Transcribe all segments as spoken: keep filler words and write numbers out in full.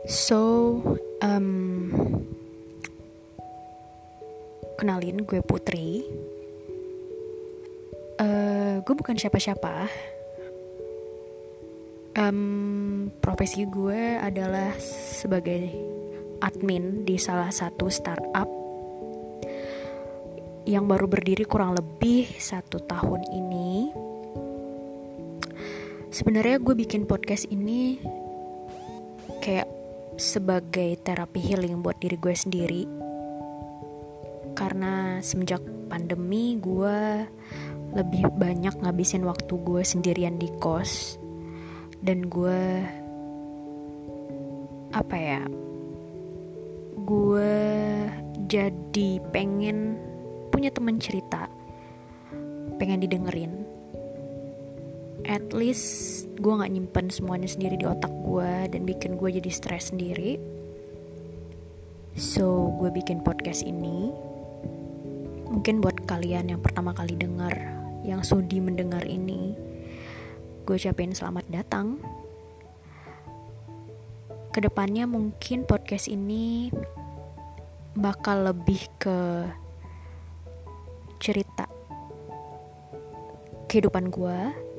So, um, kenalin gue Putri. Uh, gue bukan siapa-siapa. Um, profesi gue adalah sebagai admin di salah satu startup yang baru berdiri kurang lebih satu tahun ini. Sebenarnya gue bikin podcast ini kayak sebagai terapi healing buat diri gue sendiri, karena semenjak pandemi gue lebih banyak ngabisin waktu gue sendirian di kos, dan gue apa ya gue jadi pengen punya teman cerita, pengen didengerin. At least gue gak nyimpen semuanya sendiri di otak gue dan bikin gue jadi stres sendiri. So gue bikin podcast ini mungkin buat kalian yang pertama kali denger, yang sudi mendengar ini, gue ucapin selamat datang. Kedepannya mungkin podcast ini bakal lebih ke cerita kehidupan gue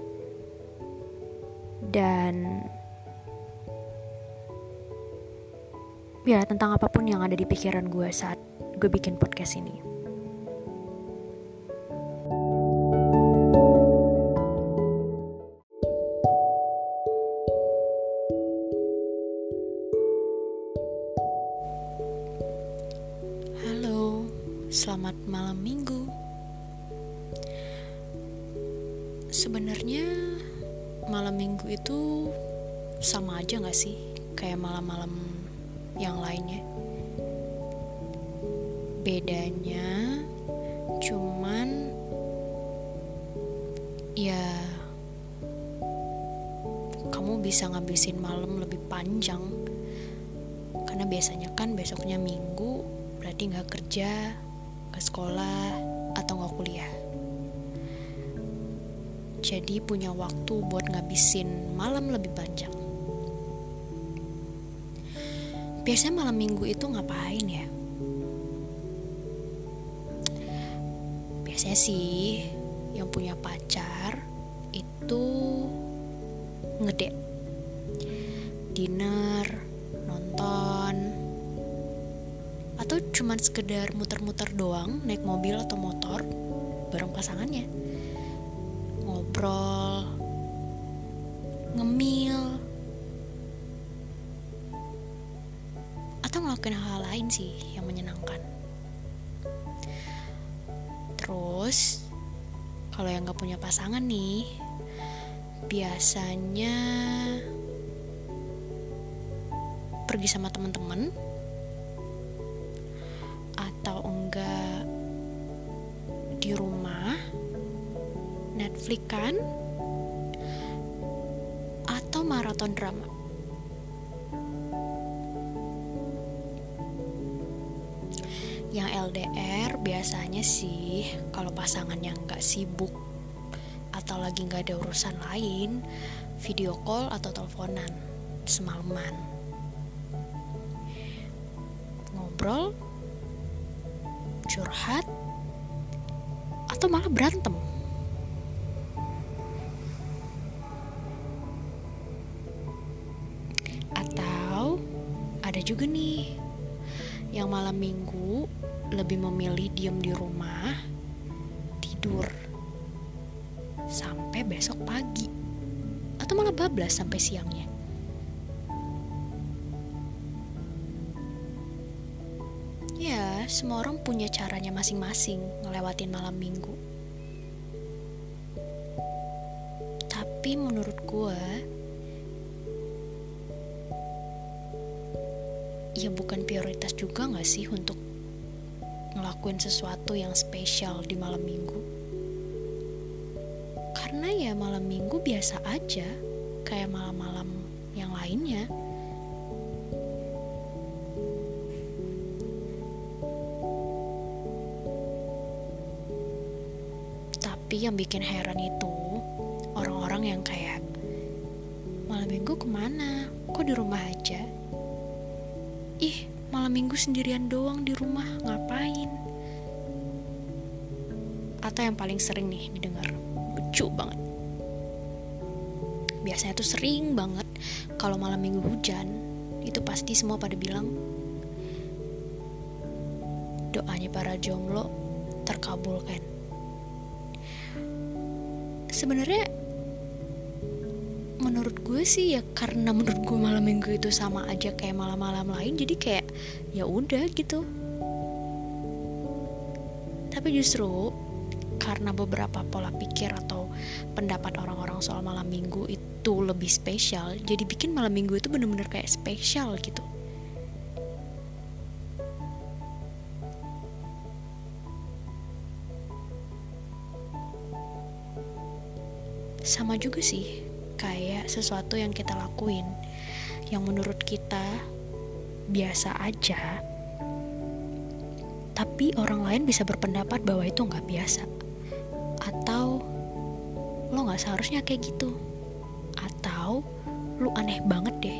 dan ya tentang apapun yang ada di pikiran gue saat gue bikin podcast ini. Halo, selamat malam minggu. Sebenarnya malam minggu itu sama aja gak sih kayak malam-malam yang lainnya? Bedanya cuman ya kamu bisa ngabisin malam lebih panjang, karena biasanya kan besoknya minggu, berarti gak kerja, gak sekolah, atau gak kuliah. Jadi punya waktu buat ngabisin malam lebih panjang. Biasanya malam minggu itu ngapain ya? Biasanya sih yang punya pacar itu ngedate, dinner, nonton, atau cuman sekedar muter-muter doang naik mobil atau motor bareng pasangannya, ngobrol, ngemil, atau ngelakuin hal lain sih yang menyenangkan. Terus kalau yang gak punya pasangan nih, biasanya pergi sama teman-teman, atau enggak di rumah Netflix kan, atau maraton drama. Yang L D R biasanya sih kalau pasangannya nggak sibuk atau lagi nggak ada urusan lain, video call atau teleponan semalaman, ngobrol, curhat, atau malah berantem. Ada juga nih yang malam minggu lebih memilih diem di rumah, tidur sampai besok pagi, atau malah bablas sampai siangnya. Ya, semua orang punya caranya masing-masing ngelewatin malam minggu. Tapi menurut gue, ya bukan prioritas juga gak sih untuk ngelakuin sesuatu yang spesial di malam minggu. Karena ya malam minggu biasa aja kayak malam-malam yang lainnya. Tapi yang bikin heran itu orang-orang yang kayak, malam minggu kemana? Kok di rumah aja? ih malam minggu sendirian doang di rumah, ngapain? Atau yang paling sering nih didengar, lucu banget, biasanya tuh sering banget kalau malam minggu hujan, itu pasti semua pada bilang doanya para jomblo terkabulkan. Sebenarnya menurut gue sih ya karena menurut gue malam minggu itu sama aja kayak malam-malam lain, jadi kayak ya udah gitu. Tapi justru karena beberapa pola pikir atau pendapat orang-orang soal malam minggu itu lebih spesial, jadi bikin malam minggu itu bener-bener kayak spesial gitu. Sama juga sih kayak sesuatu yang kita lakuin yang menurut kita biasa aja, tapi orang lain bisa berpendapat bahwa itu gak biasa, atau lo gak seharusnya kayak gitu, atau lo aneh banget deh.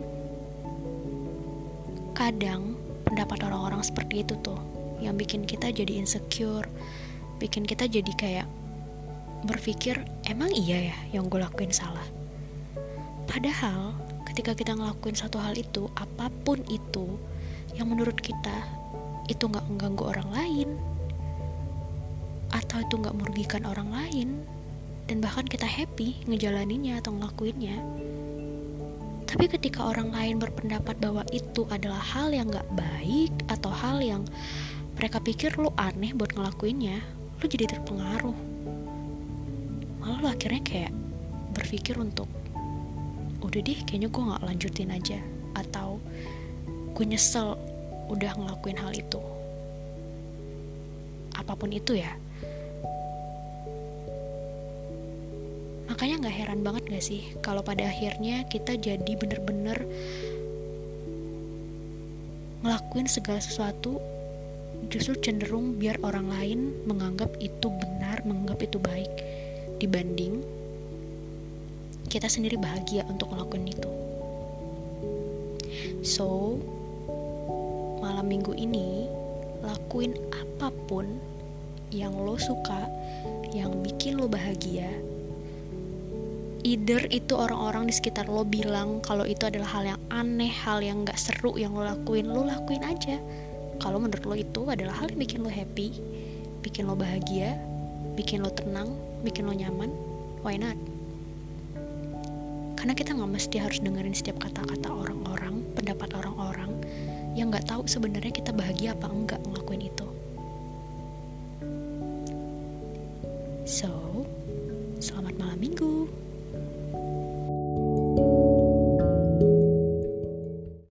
Kadang pendapat orang-orang seperti itu tuh yang bikin kita jadi insecure, bikin kita jadi kayak berpikir, emang iya ya yang gue lakuin salah. Padahal ketika kita ngelakuin satu hal itu, apapun itu yang menurut kita itu gak mengganggu orang lain, atau itu gak merugikan orang lain, dan bahkan kita happy ngejalaninnya atau ngelakuinnya. Tapi ketika orang lain berpendapat bahwa itu adalah hal yang gak baik, atau hal yang mereka pikir lo aneh buat ngelakuinnya, lo jadi terpengaruh. Malah lo akhirnya kayak berpikir untuk udah deh kayaknya gue gak lanjutin aja, atau gue nyesel udah ngelakuin hal itu, apapun itu ya. Makanya gak heran banget gak sih kalau pada akhirnya kita jadi bener-bener ngelakuin segala sesuatu justru cenderung biar orang lain menganggap itu benar, menganggap itu baik, dibanding kita sendiri bahagia untuk ngelakuin itu. So, malam minggu ini lakuin apapun yang lo suka, yang bikin lo bahagia. Either itu orang-orang di sekitar lo bilang kalau itu adalah hal yang aneh, hal yang gak seru yang lo lakuin, lo lakuin aja. Kalau menurut lo itu adalah hal yang bikin lo happy, bikin lo bahagia, bikin lo tenang, bikin lo nyaman, why not? Karena kita gak mesti harus dengerin setiap kata-kata orang-orang, pendapat orang-orang yang gak tahu sebenarnya kita bahagia apa enggak ngelakuin itu. So, selamat malam minggu.